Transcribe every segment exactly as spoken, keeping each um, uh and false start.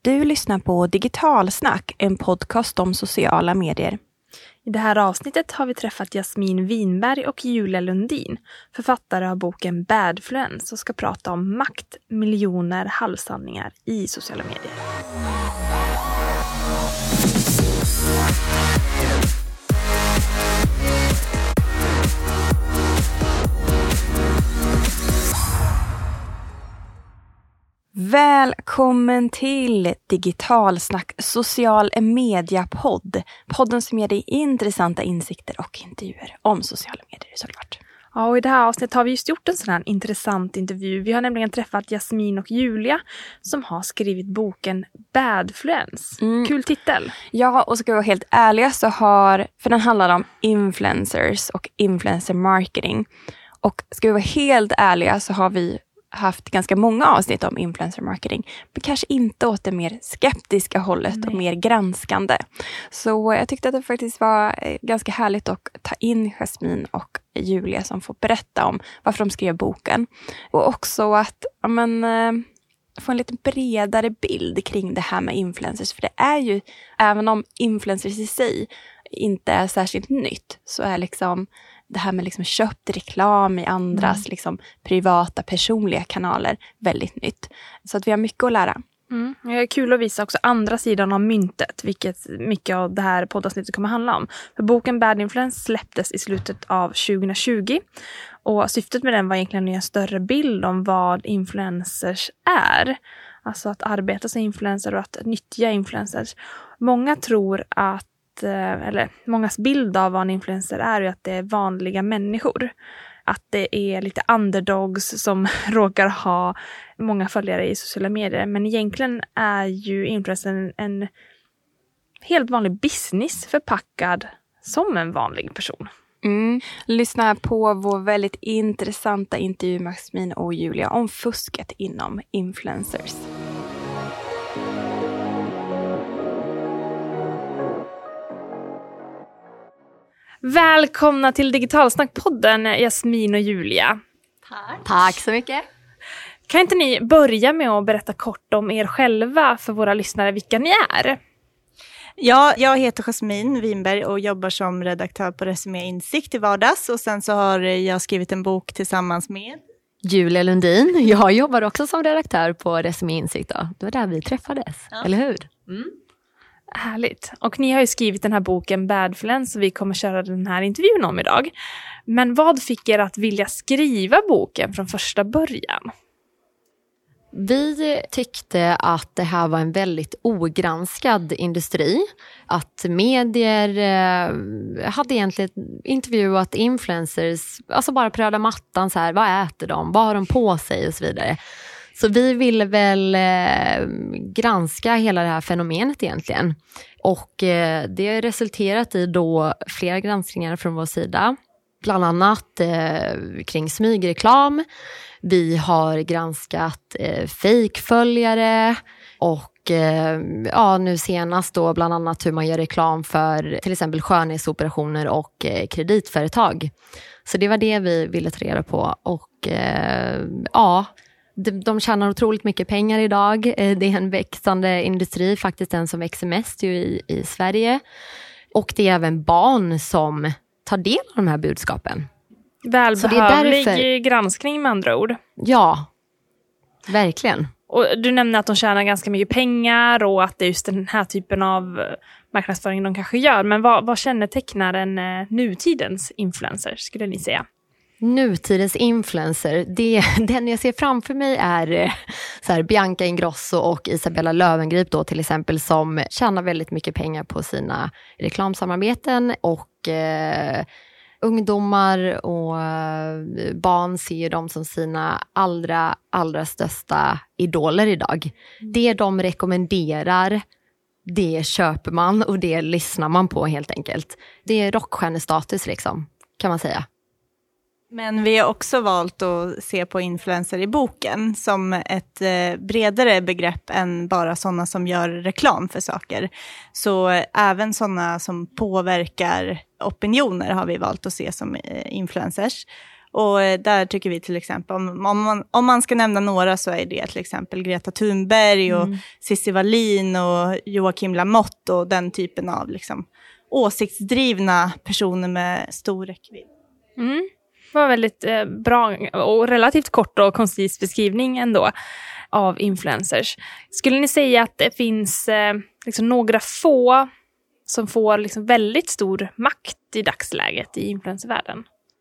Du lyssnar på Digitalsnack, en podcast om sociala medier. I det här avsnittet har vi träffat Jasmin Winberg och Julia Lundin, författare av boken Badfluence, och ska prata om makt, miljoner, halvsanningar i sociala medier. Välkommen till Digitalsnack, social media-podd. Podden som ger dig intressanta insikter och intervjuer om sociala medier såklart. Ja, och i det här avsnittet har vi just gjort en sån här intressant intervju. Vi har nämligen träffat Jasmin och Julia som har skrivit boken Badfluence. Mm. Kul titel. Ja, och ska vi vara helt ärliga så har, för den handlar om influencers och influencer marketing. Och ska vi vara helt ärliga så har vi haft ganska många avsnitt om influencer marketing, men kanske inte åt det mer skeptiska hållet. Nej. Och mer granskande. Så jag tyckte att det faktiskt var ganska härligt att ta in Jasmin och Julia som får berätta om varför de skrev boken. Och också att ja, men, få en lite bredare bild kring det här med influencers. För det är ju, även om influencers i sig inte är särskilt nytt, så är liksom det här med liksom köpt reklam i andras mm. liksom privata, personliga kanaler väldigt nytt. Så att vi har mycket att lära. Mm. Det är kul att visa också andra sidan av myntet, vilket mycket av det här poddavsnittet kommer handla om. För boken Bad Influence släpptes i slutet av tjugohundratjugo och syftet med den var egentligen att ge en större bild om vad influencers är. Alltså att arbeta som influencer och att nyttja influencers. Många tror att eller mångas bild av vad en influencer är ju att det är vanliga människor. Att det är lite underdogs som råkar ha många följare i sociala medier. Men egentligen är ju influencern en helt vanlig business förpackad som en vanlig person. Mm. Lyssna på vår väldigt intressanta intervju med Jasmin och Julia om fusket inom influencers. Välkomna till Digitalsnackpodden, Jasmin och Julia. Tack. Tack så mycket. Kan inte ni börja med att berätta kort om er själva för våra lyssnare, vilka ni är? Ja, jag heter Jasmin Winberg och jobbar som redaktör på Resumé Insikt i vardags. Och sen så har jag skrivit en bok tillsammans med Julia Lundin. Jag jobbar också som redaktör på Resumé Insikt. Då. Det var där vi träffades, ja. Eller hur? Mm. Härligt. Och ni har ju skrivit den här boken Badfluence så vi kommer köra den här intervjun om idag. Men vad fick er att vilja skriva boken från första början? Vi tyckte att det här var en väldigt ogranskad industri. Att medier eh, hade egentligen intervjuat influencers, alltså bara på röda mattan så här, vad äter de, vad har de på sig och så vidare. Så vi ville väl eh, granska hela det här fenomenet egentligen. Och eh, det har resulterat i då flera granskningar från vår sida. Bland annat eh, kring smygreklam. Vi har granskat eh, fejkföljare och eh, ja, nu senast då bland annat hur man gör reklam för till exempel skönhetsoperationer och eh, kreditföretag. Så det var det vi ville ta reda på och eh, ja... De tjänar otroligt mycket pengar idag. Det är en växande industri, faktiskt den som växer mest ju i, i Sverige. Och det är även barn som tar del av de här budskapen. Välbehövlig därför... granskning med andra ord. Ja, verkligen. Och du nämnde att de tjänar ganska mycket pengar och att det är just den här typen av marknadsföring de kanske gör. Men vad, vad kännetecknar en nutidens influencer, skulle ni säga? Nutidens influencer, det, den jag ser framför mig är så här, Bianca Ingrosso och Isabella Löwengrip då till exempel, som tjänar väldigt mycket pengar på sina reklamsamarbeten och eh, ungdomar och eh, barn ser dem som sina allra, allra största idoler idag. Det de rekommenderar, det köper man och det lyssnar man på helt enkelt. Det är rockstjärnestatus liksom, kan man säga. Men vi har också valt att se på influencer i boken som ett eh, bredare begrepp än bara sådana som gör reklam för saker. Så eh, även sådana som påverkar opinioner har vi valt att se som eh, influencers. Och där tycker vi till exempel, om, om, man, om man ska nämna några så är det till exempel Greta Thunberg och mm. Cissi Wallin och Joakim Lamotte och den typen av liksom, åsiktsdrivna personer med stor räckvidd. Mm. Det var väldigt eh, bra och relativt kort och koncis beskrivning ändå av influencers. Skulle ni säga att det finns eh, liksom några få som får liksom väldigt stor makt i dagsläget i influencervärlden?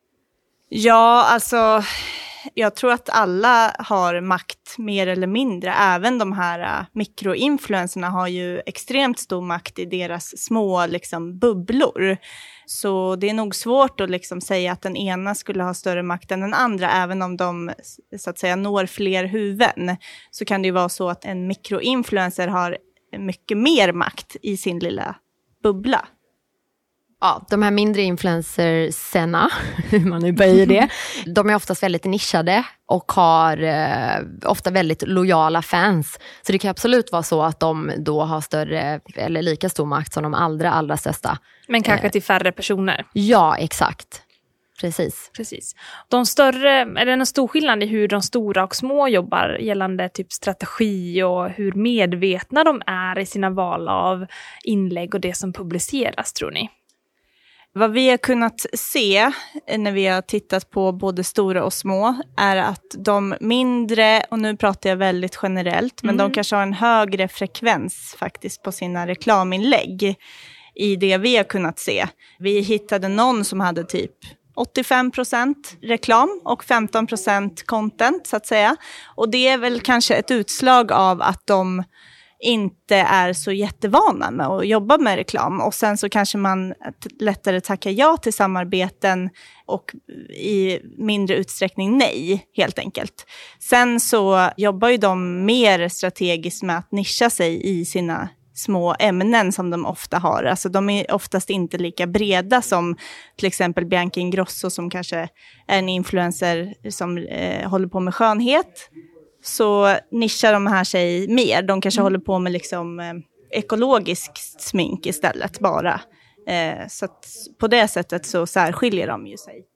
Ja, alltså jag tror att alla har makt mer eller mindre. Även de här uh, mikroinfluencerna har ju extremt stor makt i deras små liksom, bubblor. Så det är nog svårt att liksom, säga att den ena skulle ha större makt än den andra. Även om de så att säga når fler huvuden, så kan det ju vara så att en mikroinfluencer har mycket mer makt i sin lilla bubbla. Ja, de här mindre influencerserna, hur man nu böjer det, de är oftast väldigt nischade och har eh, ofta väldigt lojala fans. Så det kan absolut vara så att de då har större eller lika stor makt som de allra, allra största. Men kanske eh, till färre personer. Ja, exakt. Precis. Precis. De större, är det en stor skillnad i hur de stora och små jobbar gällande typ strategi och hur medvetna de är i sina val av inlägg och det som publiceras, tror ni? Vad vi har kunnat se när vi har tittat på både stora och små är att de mindre, och nu pratar jag väldigt generellt, men mm. de kanske har en högre frekvens faktiskt på sina reklaminlägg i det vi har kunnat se. Vi hittade någon som hade typ åttiofem procent reklam och femton procent content så att säga. Och det är väl kanske ett utslag av att de inte är så jättevana med att jobba med reklam. Och sen så kanske man lättare tackar ja till samarbeten och i mindre utsträckning nej, helt enkelt. Sen så jobbar ju de mer strategiskt med att nischa sig i sina små ämnen som de ofta har. Alltså de är oftast inte lika breda som till exempel Bianca Ingrosso som kanske är en influencer som eh, håller på med skönhet. Så nischar de här sig mer. De kanske mm. håller på med liksom eh, ekologiskt smink istället bara. Eh, så att på det sättet så särskiljer de ju sig.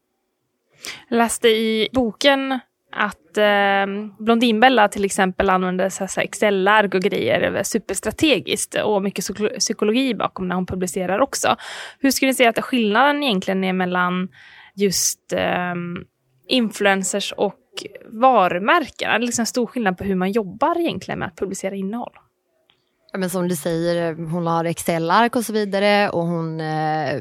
Jag läste i boken att eh, Blondinbella till exempel använde så här Excel-ark och grejer superstrategiskt och mycket psykologi bakom när hon publicerar också. Hur skulle ni säga att skillnaden egentligen är mellan just eh, influencers och varumärken? Är det liksom stor skillnad på hur man jobbar egentligen med att publicera innehåll? Ja, men som du säger, hon har Excel-ark och så vidare och hon, eh,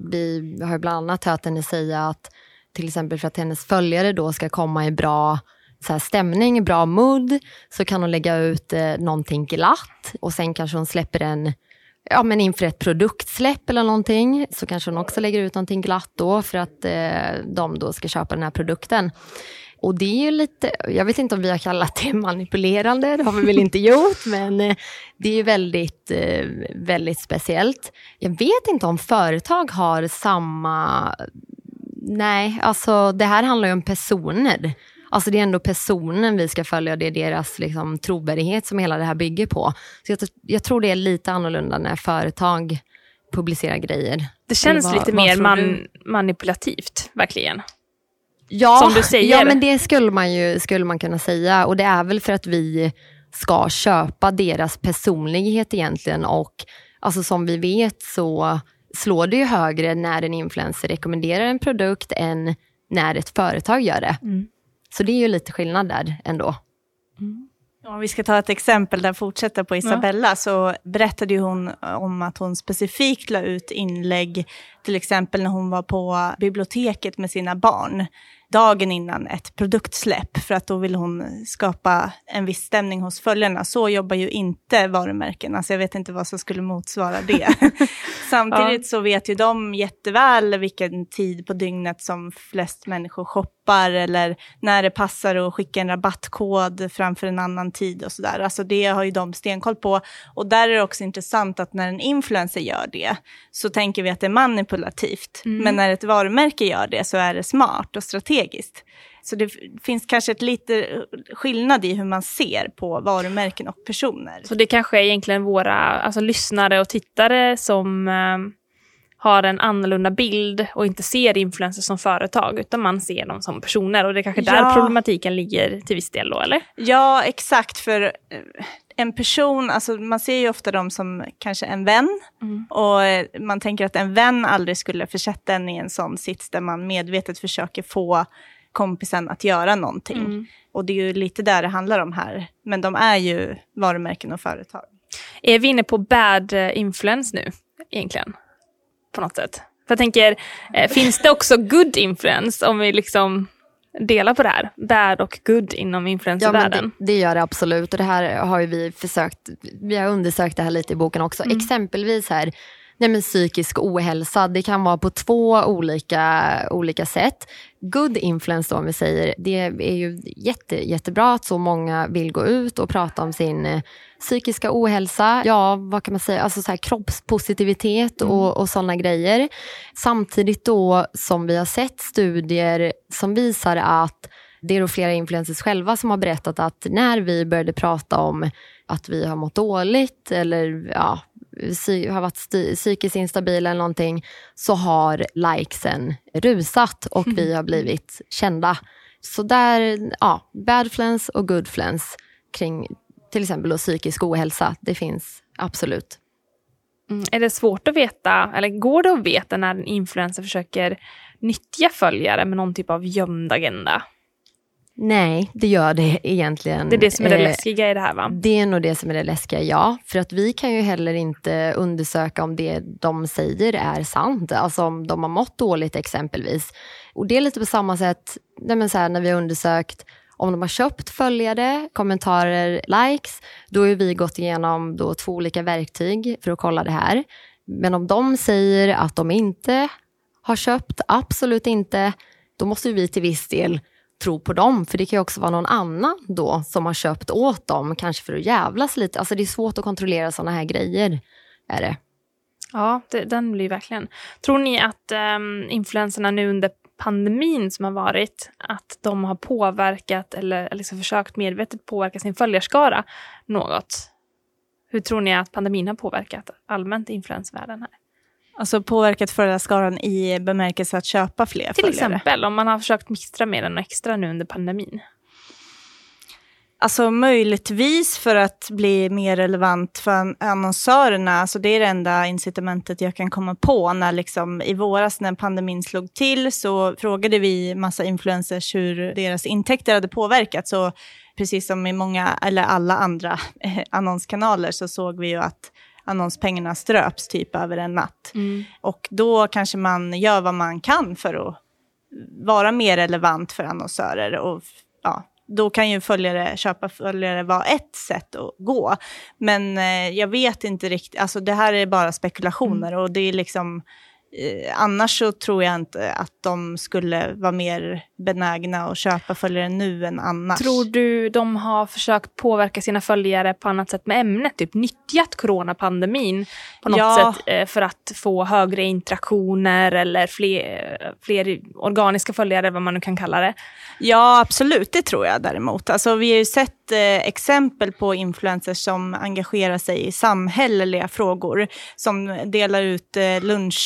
vi har bland annat hört henne säga att till exempel för att hennes följare då ska komma i bra så här, stämning, bra mood, så kan hon lägga ut eh, någonting glatt och sen kanske hon släpper en, ja men inför ett produktsläpp eller någonting, så kanske hon också lägger ut någonting glatt då för att eh, de då ska köpa den här produkten. Och det är ju lite, jag vet inte om vi har kallat det manipulerande, det har vi väl inte gjort, men eh, det är ju väldigt, eh, väldigt speciellt. Jag vet inte om företag har samma, nej, alltså det här handlar ju om personer. Alltså det är ändå personen vi ska följa, det är deras liksom, trovärdighet som hela det här bygger på. Så jag, jag tror det är lite annorlunda när företag publicerar grejer. Det känns vad, lite mer man, manipulativt, verkligen. Ja, som du säger. Ja, men det skulle man ju skulle man kunna säga. Och det är väl för att vi ska köpa deras personlighet egentligen. Och alltså, som vi vet så slår det ju högre när en influencer rekommenderar en produkt än när ett företag gör det. Mm. Så det är ju lite skillnad där ändå. Mm. Om vi ska ta ett exempel där fortsätta på Isabella, ja. Så berättade ju hon om att hon specifikt la ut inlägg till exempel när hon var på biblioteket med sina barn dagen innan ett produktsläpp, för att då vill hon skapa en viss stämning hos följarna. Så jobbar ju inte varumärken. Alltså jag vet inte vad som skulle motsvara det. Samtidigt ja. Så vet ju de jätteväl vilken tid på dygnet som flest människor shoppar, eller när det passar att skicka en rabattkod framför en annan tid och sådär. Alltså det har ju de stenkoll på. Och där är det också intressant att när en influencer gör det så tänker vi att det är manipulativt. Mm. Men när ett varumärke gör det så är det smart och strategiskt. Så det finns kanske ett lite skillnad i hur man ser på varumärken och personer. Så det kanske är egentligen våra alltså, lyssnare och tittare som eh, har en annorlunda bild och inte ser influencers som företag utan man ser dem som personer och det är kanske där ja. problematiken ligger till viss del då, eller? Ja, exakt, för en person, alltså man ser ju ofta dem som kanske en vän mm. och man tänker att en vän aldrig skulle försätta en i en sån sits där man medvetet försöker få kompisen att göra någonting. Mm. Och det är ju lite där det handlar om här. Men de är ju varumärken och företag. Är vi inne på bad influence nu egentligen? På något sätt. För jag tänker, eh, finns det också good influence om vi liksom delar på det här? Bad och good inom influencervärlden. Ja, men det, det gör det absolut. Och det här har ju vi försökt, vi har undersökt det här lite i boken också. Mm. Exempelvis här, nej men psykisk ohälsa, det kan vara på två olika, olika sätt. Good influence då, om vi säger, det är ju jätte, jättebra att så många vill gå ut och prata om sin eh, psykiska ohälsa. Ja, vad kan man säga? Alltså så här kroppspositivitet och, mm. och sådana grejer. Samtidigt då som vi har sett studier som visar att det är då flera influencers själva som har berättat att när vi började prata om att vi har mått dåligt eller ja, har varit st- psykiskt instabila eller någonting, så har likesen rusat och mm. vi har blivit kända. Så där, ja, bad fluence och good fluence kring till exempel då psykisk ohälsa, det finns absolut. Mm. Är det svårt att veta, eller går det att veta när en influencer försöker nyttja följare med någon typ av gömd agenda? Nej, det gör det egentligen. Det är det som är det eh, läskiga i det här, va? Det är nog det som är det läskiga, ja. För att vi kan ju heller inte undersöka om det de säger är sant. Alltså om de har mått dåligt exempelvis. Och det är lite på samma sätt nej men så här, när vi har undersökt om de har köpt följare, kommentarer, likes. Då har vi gått igenom då två olika verktyg för att kolla det här. Men om de säger att de inte har köpt, absolut inte, då måste vi till viss del tro på dem, för det kan ju också vara någon annan då som har köpt åt dem, kanske för att jävlas lite. Alltså det är svårt att kontrollera sådana här grejer, är det. Ja, det, den blir verkligen. Tror ni att um, influencerna nu under pandemin som har varit, att de har påverkat eller liksom försökt medvetet påverka sin följarskara något? Hur tror ni att pandemin har påverkat allmänt influensvärlden här? Alltså påverkat följarskaran i bemärkelse att köpa fler Till följare. exempel om man har försökt mixtra med den extra nu under pandemin. Alltså möjligtvis för att bli mer relevant för annonsörerna. Alltså det är det enda incitamentet jag kan komma på. När liksom i våras när pandemin slog till så frågade vi massa influencers hur deras intäkter hade påverkats. Så precis som i många eller alla andra annonskanaler så såg vi ju att annonspengarna ströps typ över en natt. Mm. Och då kanske man gör vad man kan för att vara mer relevant för annonsörer. Och ja, då kan ju följare, köpa följare vara ett sätt att gå. Men eh, jag vet inte riktigt, alltså det här är bara spekulationer mm. och det är liksom eh, annars så tror jag inte att de skulle vara mer benägna att köpa följare nu än annars. Tror du de har försökt påverka sina följare på annat sätt med ämnet? Typ nyttjat coronapandemin på något ja. sätt eh, för att få högre interaktioner eller fler, fler organiska följare, vad man nu kan kalla det? Ja, absolut, det tror jag däremot. Alltså, vi har ju sett eh, exempel på influencers som engagerar sig i samhälleliga frågor. Som delar ut eh,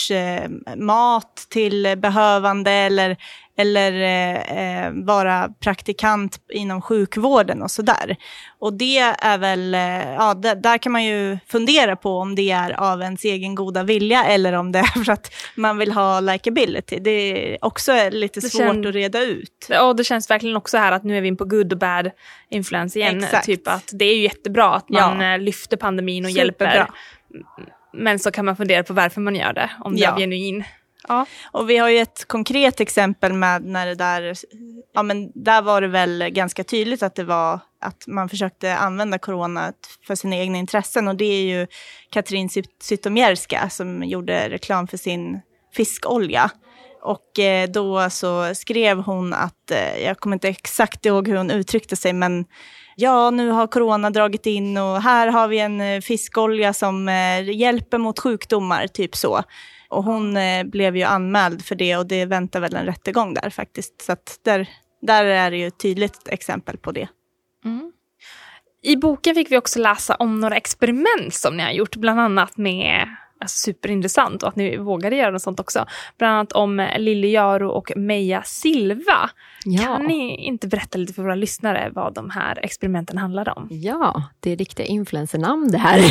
lunchmat eh, till behövande eller eller eh, vara praktikant inom sjukvården och sådär. Och det är väl, eh, ja, d- där kan man ju fundera på om det är av ens egen goda vilja eller om det är för att man vill ha likability. Det är också lite det svårt känns, att reda ut. Ja, det känns verkligen också här att nu är vi in på good och bad influence igen. Exakt. Typ att det är ju jättebra att man ja. lyfter pandemin och Superbra. hjälper. Men så kan man fundera på varför man gör det, om det ja. är genuin. Ja. Och vi har ju ett konkret exempel med när det där, ja men där var det väl ganska tydligt att det var att man försökte använda corona för sina egna intressen. Och det är ju Katrin Zytomierska som gjorde reklam för sin fiskolja. Och eh, då så skrev hon att, eh, jag kommer inte exakt ihåg hur hon uttryckte sig, men ja, nu har corona dragit in och här har vi en eh, fiskolja som eh, hjälper mot sjukdomar, typ så. Och hon eh, blev ju anmäld för det och det väntar väl en rättegång där faktiskt. Så att där, där är det ju ett tydligt exempel på det. Mm. I boken fick vi också läsa om några experiment som ni har gjort, bland annat med alltså, superintressant och att ni vågade göra något sånt också. Bland annat om Lily Jaro och Meja Silva. Ja. Kan ni inte berätta lite för våra lyssnare vad de här experimenten handlade om? Ja, det är riktiga influencernamn det här.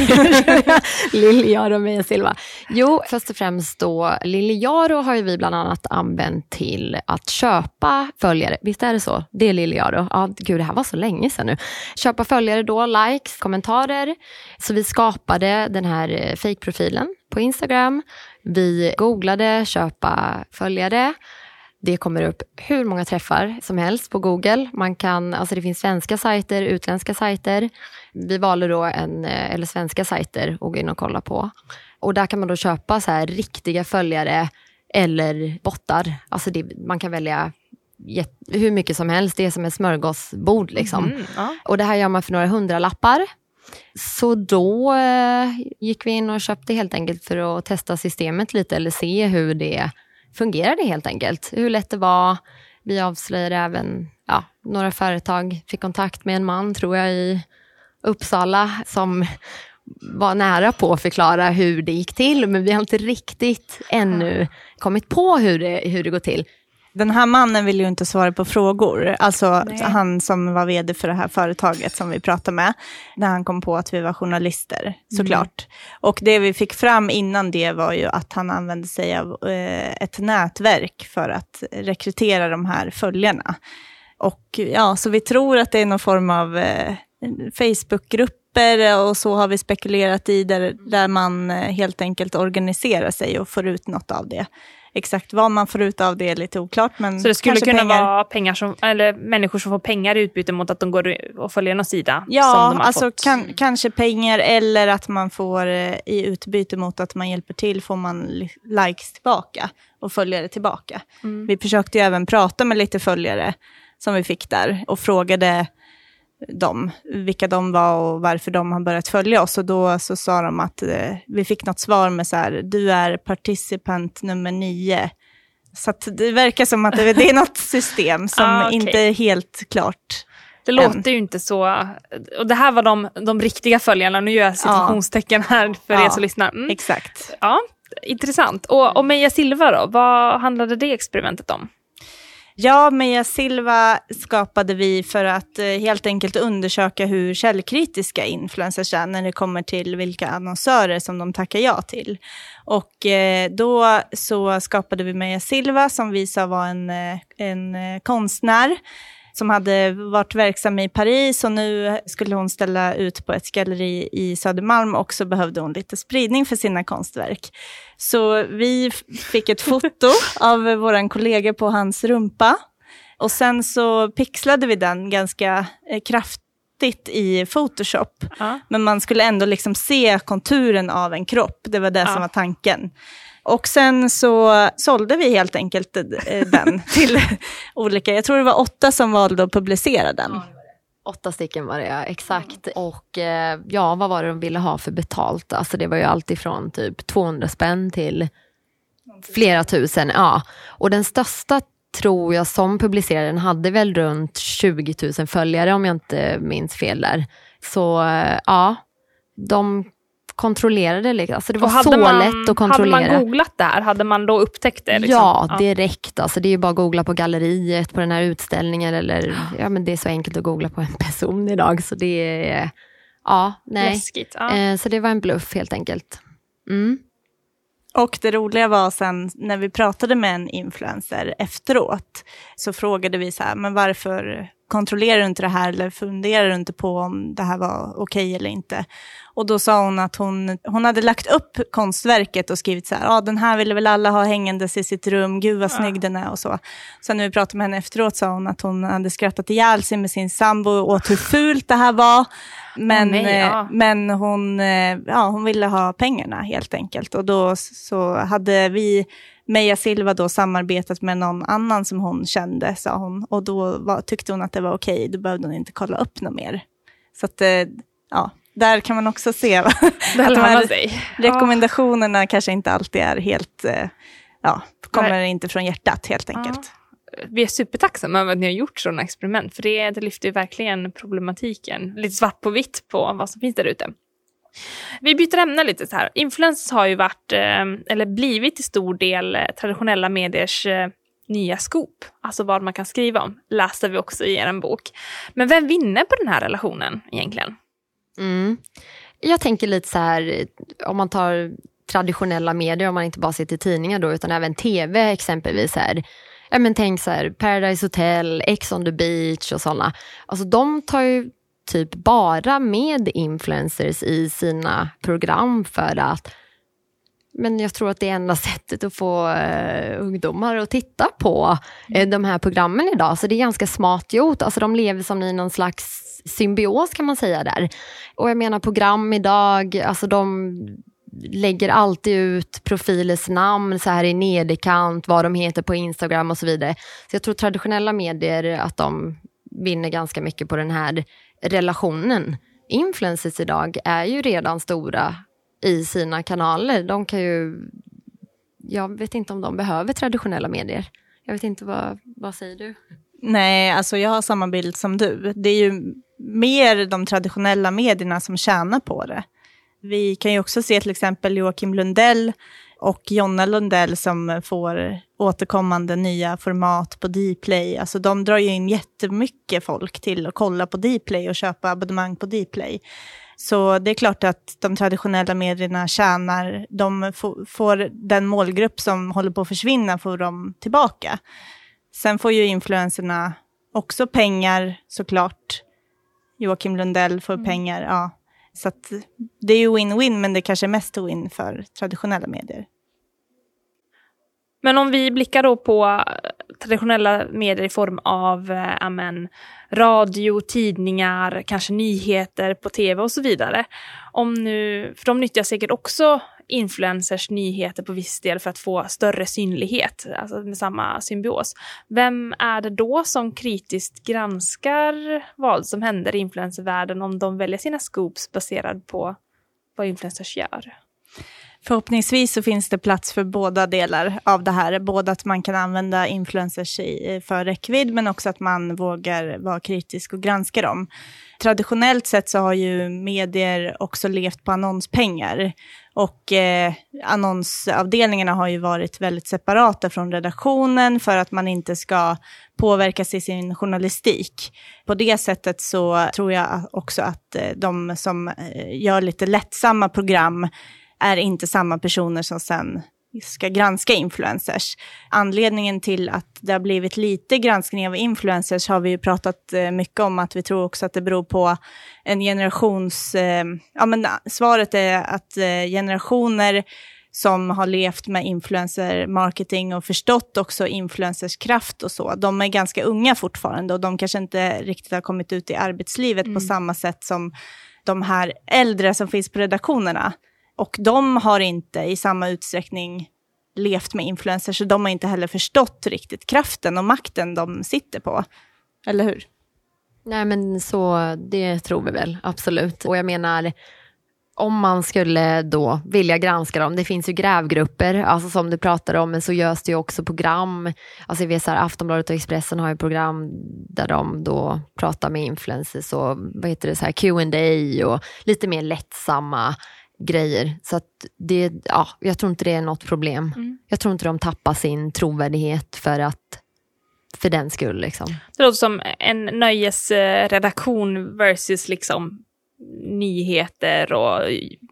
Lily Jaro och Meja Silva. Jo, först och främst då, Lily Jaro har ju vi bland annat använt till att köpa följare. Visst är det så? Det är Lily Jaro. Ja, gud, det här var så länge sedan nu. Köpa följare då, likes, kommentarer. Så vi skapade den här fake-profilen på Instagram. Vi googlade köpa följare. Det kommer upp hur många träffar som helst på Google. Man kan, alltså det finns svenska sajter, utländska sajter. Vi valde då en, eller svenska sajter att gå in och kolla på. Och där kan man då köpa så här riktiga följare eller bottar. Alltså det, man kan välja hur mycket som helst. Det är som ett smörgåsbord liksom. Mm, ja. Och det här gör man för några hundralappar. Så då eh, gick vi in och köpte helt enkelt för att testa systemet lite eller se hur det fungerade helt enkelt. Hur lätt det var. Vi avslöjade även ja, några företag. Fick kontakt med en man tror jag i Uppsala som var nära på att förklara hur det gick till. Men vi har inte riktigt ännu kommit på hur det, hur det går till. Den här mannen vill ju inte svara på frågor. Alltså Nej. han som var vd för det här företaget som vi pratade med. När han kom på att vi var journalister, såklart. Mm. Och det vi fick fram innan det var ju att han använde sig av eh, ett nätverk för att rekrytera de här följarna. Och ja, så vi tror att det är någon form av eh, Facebookgrupper och så har vi spekulerat i där, där man helt enkelt organiserar sig och får ut något av det. Exakt vad man får ut av det är lite oklart. Men så det skulle kunna pengar. vara pengar som, eller människor som får pengar i utbyte mot att de går och följer någon sida? Ja, som de har alltså fått. Kan, kanske pengar eller att man får i utbyte mot att man hjälper till får man likes tillbaka och följare tillbaka. Mm. Vi försökte ju även prata med lite följare som vi fick där och frågade dem, vilka de var och varför de har börjat följa oss. Och då så sa de att eh, vi fick något svar med så här: du är participant nummer nio. Så att det verkar som att det är något system som ah, okay. inte är helt klart. Det låter än. ju inte så. Och det här var de, de riktiga följarna. Nu gör jag citationstecken här för ja, er som lyssnar. Mm. Exakt. Ja, intressant. Och, och Meja Silva då? Vad handlade det experimentet om? Ja, Meja Silva skapade vi för att eh, helt enkelt undersöka hur källkritiska influencers är när det kommer till vilka annonsörer som de tackar ja till. Och eh, då så skapade vi Meja Silva som vi sa var en, eh, en eh, konstnär som hade varit verksam i Paris och nu skulle hon ställa ut på ett galleri i Södermalm och så behövde hon lite spridning för sina konstverk. Så vi fick ett foto av våran kollega på hans rumpa och sen så pixlade vi den ganska kraftigt i Photoshop. Ja. Men man skulle ändå liksom se konturen av en kropp, det var det ja. som var tanken. Och sen så sålde vi helt enkelt den till olika, jag tror det var åtta som valde att publicera den. Ja, åtta stycken var det, ja, exakt. Och ja, vad var det de ville ha för betalt? Alltså det var ju allt ifrån typ tvåhundra spänn till flera tusen. Ja. Och den största tror jag som publicerade den hade väl runt tjugo tusen följare om jag inte minns fel där. Så ja, de kontrollerade liksom. Alltså det var så man, lätt att kontrollera. Hade man googlat det här? Hade man då upptäckt det? Liksom? Ja, ja, direkt. Alltså det är ju bara att googla på galleriet, på den här utställningen eller ja, men det är så enkelt att googla på en person idag. Så det är, ja, nej. Läskigt, ja. Eh, så det var en bluff helt enkelt. Mm. Och det roliga var sen när vi pratade med en influencer efteråt så frågade vi så här, men varför kontrollerar du inte det här eller funderar du inte på om det här var okej eller inte? Och då sa hon att hon, hon hade lagt upp konstverket och skrivit så här, ja ah, den här ville väl alla ha hängandes i sitt rum, gud vad snygg ja. den är och så. Sen när vi pratade med henne efteråt sa hon att hon hade skrattat ihjäl sig med sin sambo åt hur fult det här var. Men, oh, nej, ja. men hon, ja, hon ville ha pengarna helt enkelt. Och då så hade vi, Meja Silva då samarbetat med någon annan som hon kände, sa hon. Och då var, tyckte hon att det var okej, då behövde hon inte kolla upp något mer. Så att, ja, där kan man också se att de här sig. rekommendationerna ja. kanske inte alltid är helt, ja, kommer Nej. inte från hjärtat helt enkelt. Ja. Vi är supertacksamma över att ni har gjort sådana experiment, för det, det lyfter ju verkligen problematiken lite svart på vitt på vad som finns där ute. Vi byter ämne lite så här. Influencers har ju varit, eller blivit till stor del traditionella mediers nya scoop. Alltså vad man kan skriva om. Läste vi också i er bok. Men vem vinner på den här relationen egentligen? Mm. Jag tänker lite så här, om man tar traditionella medier, om man inte bara sitter i tidningar då, utan även tv exempelvis här. Ja, men tänk så här, Paradise Hotel, Ex on the Beach och sådana. Alltså de tar ju typ bara med influencers i sina program för att, men jag tror att det är enda sättet att få uh, ungdomar att titta på uh, de här programmen idag. Så det är ganska smart gjort. Alltså de lever som i någon slags symbios kan man säga där. Och jag menar program idag, alltså de lägger alltid ut profilers namn så här i nederkant, vad de heter på Instagram och så vidare. Så jag tror traditionella medier att de vinner ganska mycket på den här relationen. Influencers idag är ju redan stora i sina kanaler. De kan ju, jag vet inte om de behöver traditionella medier. Jag vet inte, vad, vad säger du? Nej, alltså jag har samma bild som du. Det är ju mer de traditionella medierna som tjänar på det. Vi kan ju också se till exempel Joakim Lundell och Jonna Lundell som får återkommande nya format på Dplay. Alltså de drar ju in jättemycket folk till att kolla på Dplay och köpa abonnemang på Dplay. Så det är klart att de traditionella medierna tjänar, de f- får den målgrupp som håller på att försvinna får de tillbaka. Sen får ju influencerna också pengar såklart. Joakim Lundell får mm. pengar, ja. Så att det är ju win-win, men det kanske är mest win för traditionella medier. Men om vi blickar då på traditionella medier i form av eh, amen, radio, tidningar, kanske nyheter på tv och så vidare. Om nu, för de nyttjar säkert också influencers nyheter på viss del för att få större synlighet, alltså med samma symbios. Vem är det då som kritiskt granskar vad som händer i influencervärlden om de väljer sina scoops baserad på vad influencers gör? Förhoppningsvis så finns det plats för båda delar av det här. Både att man kan använda influencers i, för räckvidd, men också att man vågar vara kritisk och granska dem. Traditionellt sett så har ju medier också levt på annonspengar. Och eh, annonsavdelningarna har ju varit väldigt separata från redaktionen för att man inte ska påverkas i sin journalistik. På det sättet så tror jag också att eh, de som eh, gör lite lättsamma program är inte samma personer som sen ska granska influencers. Anledningen till att det har blivit lite granskning av influencers har vi ju pratat mycket om, att vi tror också att det beror på en generations... Eh, ja, men svaret är att eh, generationer som har levt med influencer marketing och förstått också influencers kraft och så, de är ganska unga fortfarande och de kanske inte riktigt har kommit ut i arbetslivet mm. på samma sätt som de här äldre som finns på redaktionerna. Och de har inte i samma utsträckning levt med influencers, så de har inte heller förstått riktigt kraften och makten de sitter på. Eller hur? Nej, men så det tror vi väl, absolut. Och jag menar, om man skulle då vilja granska dem, det finns ju grävgrupper, alltså som du pratar om, men så görs det ju också program. Alltså jag vet så här, Aftonbladet och Expressen har ju program där de då pratar med influencers och vad heter det, så här Q and A och lite mer lättsamma grejer. Så att det, ja, jag tror inte det är något problem. Mm. Jag tror inte de tappar sin trovärdighet för att för den skull liksom. Det låter som en nöjesredaktion versus liksom nyheter och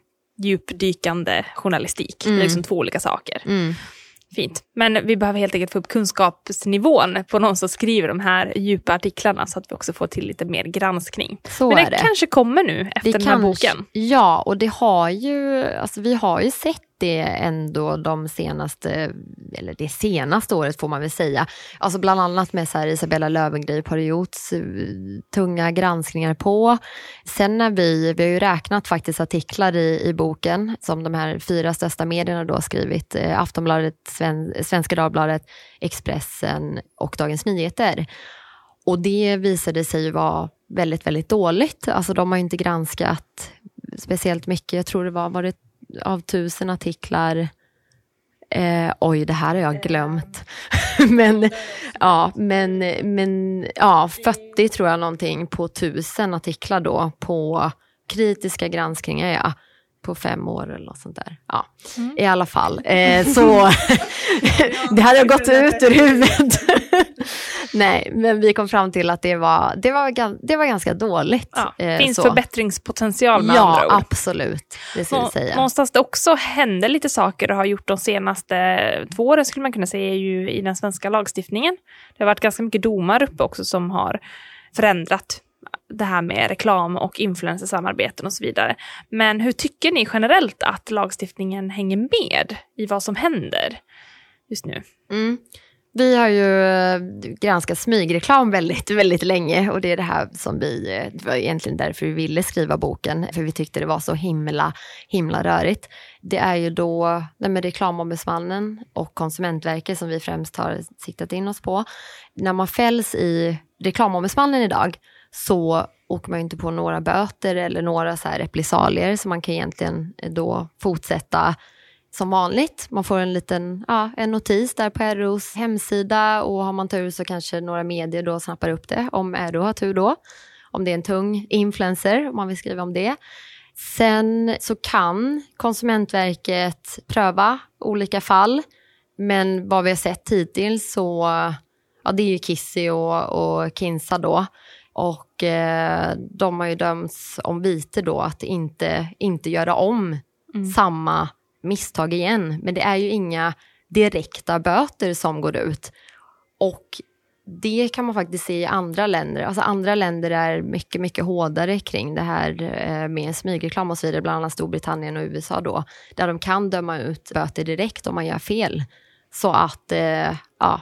djupdykande journalistik. Mm. Det är liksom två olika saker. Mm. Fint. Men vi behöver helt enkelt få upp kunskapsnivån på någon som skriver de här djupa artiklarna så att vi också får till lite mer granskning. Så Men det, är det kanske kommer nu efter det den här kanske, boken. Ja, och det har ju, alltså vi har ju sett det ändå de senaste, eller det senaste året får man väl säga. Alltså bland annat med så här Isabella Löwengrip har det gjorts tunga granskningar på. Sen när vi, vi har ju räknat faktiskt artiklar i, i boken som de här fyra största medierna då har skrivit. Eh, Aftonbladet, Sven, Svenska Dagbladet, Expressen och Dagens Nyheter. Och det visade sig ju vara väldigt, väldigt dåligt. Alltså de har ju inte granskat speciellt mycket. Jag tror det var, var det av tusen artiklar. Eh, oj, det här har jag glömt. men ja, men, men ja, fyrtio tror jag någonting på tusen artiklar då på kritiska granskningar, ja. på fem år eller något sånt där. Ja, mm. i alla fall. Eh, så det hade gått ut ur huvudet. Nej, men vi kom fram till att det var, det var, det var ganska dåligt. Ja, eh, finns så. förbättringspotential med ja, andra ord. Ja, absolut. Det skulle jag säga. Någonstans det också händer lite saker och har gjort de senaste två åren skulle man kunna säga är ju i den svenska lagstiftningen. Det har varit ganska mycket domar uppe också som har förändrat det här med reklam och influencersamarbeten och så vidare. Men hur tycker ni generellt att lagstiftningen hänger med i vad som händer just nu? Mm. Vi har ju granskat smygreklam väldigt, väldigt länge och det är det här som vi, det var egentligen därför vi ville skriva boken, för vi tyckte det var så himla, himla rörigt. Det är ju då med reklamombudsmannen och Konsumentverket som vi främst har siktat in oss på. När man fälls i reklamombudsmannen idag så åker man inte på några böter eller några så här repressalier, så man kan egentligen då fortsätta som vanligt. Man får en liten ja, en notis där på R O:s hemsida, och har man tur så kanske några medier då snappar upp det om R O har tur då. Om det är en tung influencer, om man vill skriva om det. Sen så kan Konsumentverket pröva olika fall, men vad vi har sett hittills så ja, det är ju Kissy och, och Kinsa då. Och eh, de har ju dömts om vite då att inte, inte göra om mm. samma misstag igen. Men det är ju inga direkta böter som går ut. Och det kan man faktiskt se i andra länder. Alltså andra länder är mycket, mycket hårdare kring det här eh, med smygreklam och så vidare. Bland annat Storbritannien och U S A då. Där de kan döma ut böter direkt om man gör fel. Så att, eh, ja...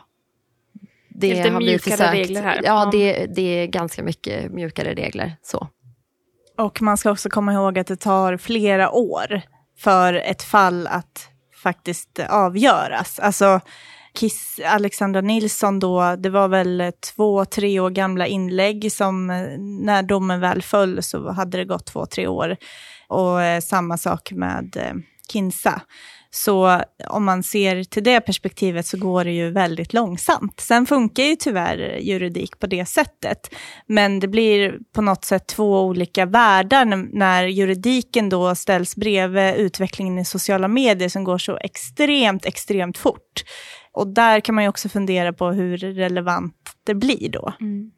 Det lite har mjukare försökt. regler här. Ja, det, det är ganska mycket mjukare regler. Så. Och man ska också komma ihåg att det tar flera år för ett fall att faktiskt avgöras. Alltså Kiss, Alexandra Nilsson då, det var väl två, tre år gamla inlägg som när domen väl föll så hade det gått två, tre år. Och eh, samma sak med eh, Kinsa. Så om man ser till det perspektivet så går det ju väldigt långsamt. Sen funkar ju tyvärr juridik på det sättet. Men det blir på något sätt två olika världar när juridiken då ställs bredvid utvecklingen i sociala medier som går så extremt, extremt fort. Och där kan man ju också fundera på hur relevant det blir då. Mm.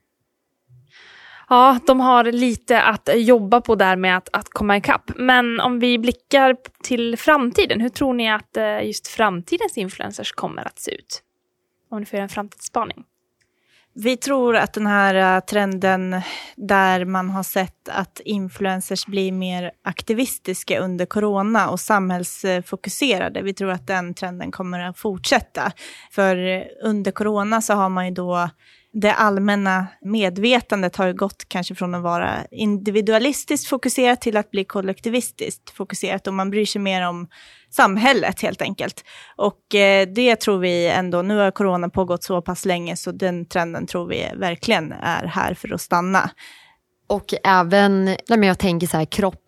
Ja, de har lite att jobba på där med att, att komma ikapp. Men om vi blickar till framtiden, hur tror ni att just framtidens influencers kommer att se ut? Om ni får göra en framtidsspaning. Vi tror att den här trenden där man har sett att influencers blir mer aktivistiska under corona och samhällsfokuserade. Vi tror att den trenden kommer att fortsätta. För under corona så har man ju då det allmänna medvetandet har ju gått kanske från att vara individualistiskt fokuserat till att bli kollektivistiskt fokuserat, och man bryr sig mer om samhället helt enkelt. Och eh, det tror vi ändå, nu har corona pågått så pass länge så den trenden tror vi verkligen är här för att stanna. Och även när jag tänker så här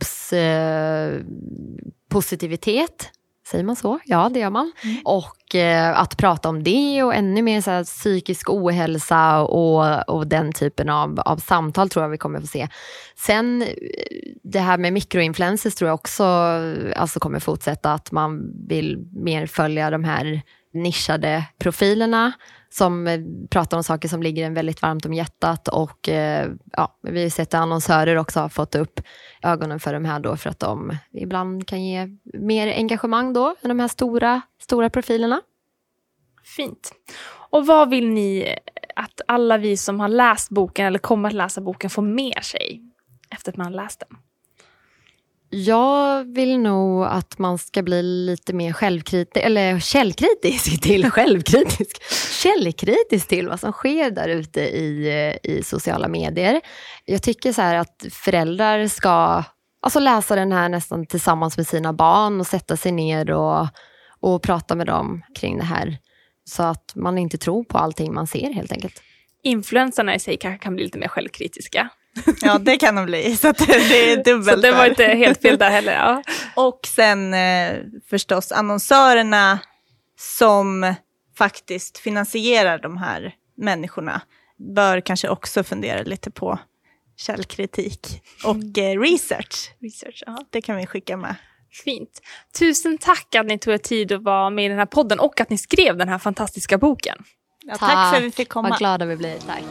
kroppspositivitet. Eh, Säger man så? Ja, det gör man. Mm. Och eh, att prata om det och ännu mer så här, psykisk ohälsa och, och den typen av, av samtal tror jag vi kommer att få se. Sen det här med mikroinfluencers tror jag också alltså kommer fortsätta, att man vill mer följa de här nischade profilerna som pratar om saker som ligger en väldigt varmt om hjärtat, och eh, ja, vi har sett att annonsörer också har fått upp ögonen för de här då, för att de ibland kan ge mer engagemang då än de här stora, stora profilerna. Fint. Och vad vill ni att alla vi som har läst boken eller kommer att läsa boken får med sig efter att man har läst den? Jag vill nog att man ska bli lite mer självkritisk, eller källkritisk till självkritisk, källkritisk till vad som sker där ute i, i sociala medier. Jag tycker så här att föräldrar ska alltså läsa den här nästan tillsammans med sina barn och sätta sig ner och, och prata med dem kring det här, så att man inte tror på allting man ser helt enkelt. Influencerna i sig kanske kan bli lite mer självkritiska. Ja, det kan de bli. Så att det är dubbelt. Så det var inte helt fel där heller. Ja. Och sen eh, förstås annonsörerna som faktiskt finansierar de här människorna bör kanske också fundera lite på källkritik och eh, research. Research, ja. Det kan vi skicka med. Fint. Tusen tack att ni tog er tid att vara med i den här podden och att ni skrev den här fantastiska boken. Ja, tack. tack för att vi fick komma. Vad glada vi blir, tack.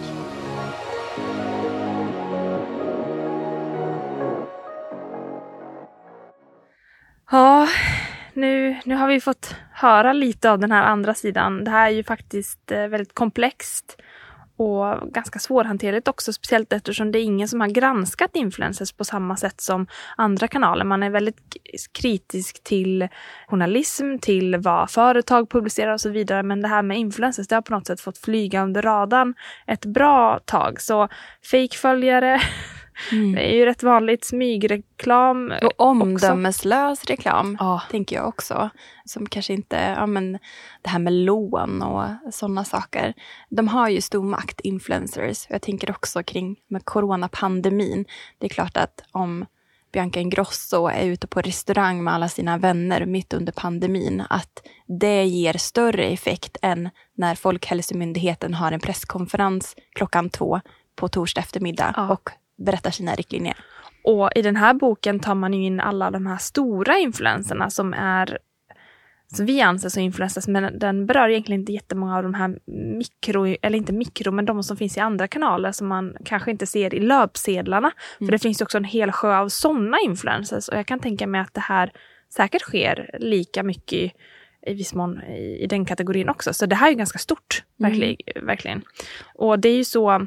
Ja, nu, nu har vi fått höra lite av den här andra sidan. Det här är ju faktiskt väldigt komplext och ganska svårhanterligt också, speciellt eftersom det är ingen som har granskat influencers på samma sätt som andra kanaler. Man är väldigt kritisk till journalism, till vad företag publicerar och så vidare. Men det här med influencers, det har på något sätt fått flyga under radarn ett bra tag. Så fake-följare... Mm. Det är ju rätt vanligt, smygreklam. Och omdömeslös också. reklam, ja. tänker jag också. Som kanske inte, ja men det här med lån och sådana saker. De har ju stor makt, influencers. Jag tänker också kring med coronapandemin. Det är klart att om Bianca Ingrosso är ute på restaurang med alla sina vänner mitt under pandemin, att det ger större effekt än när Folkhälsomyndigheten har en presskonferens klockan två på torsdag eftermiddag ja. och berättar sina riktlinjer. Och i den här boken tar man ju in alla de här stora influenserna som är, som vi anser som influencers, men den berör egentligen inte jättemånga av de här mikro, eller inte mikro, men de som finns i andra kanaler som man kanske inte ser i löpsedlarna. Mm. För det finns ju också en hel sjö av sådana influencers, och jag kan tänka mig att det här säkert sker lika mycket i, i viss mån i, i den kategorin också. Så det här är ju ganska stort, verkligen. Mm. verkligen. Och det är ju så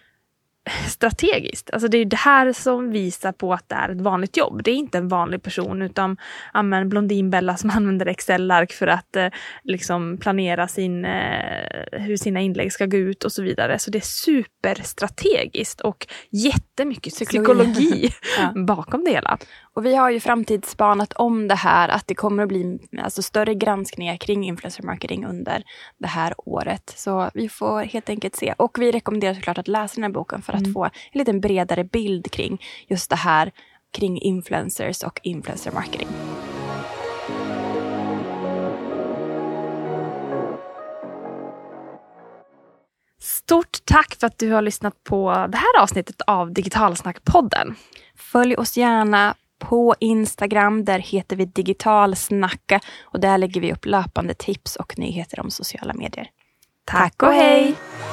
strategiskt. Alltså det är ju det här som visar på att det är ett vanligt jobb. Det är inte en vanlig person, utan ja, men Blondinbella som använder Excel-ark för att eh, liksom planera sin, eh, hur sina inlägg ska gå ut och så vidare. Så det är superstrategiskt och jättemycket psykologi, psykologi ja. bakom det hela. Och vi har ju framtidsspanat om det här, att det kommer att bli alltså, större granskningar kring influencer marketing under det här året. Så vi får helt enkelt se. Och vi rekommenderar såklart att läsa den här boken för att mm. få en lite bredare bild kring just det här kring influencers och influencer marketing. Stort tack för att du har lyssnat på det här avsnittet av Digitalsnack-podden. Följ oss gärna på Instagram, där heter vi Digitalsnacka, och där lägger vi upp löpande tips och nyheter om sociala medier. Tack och hej!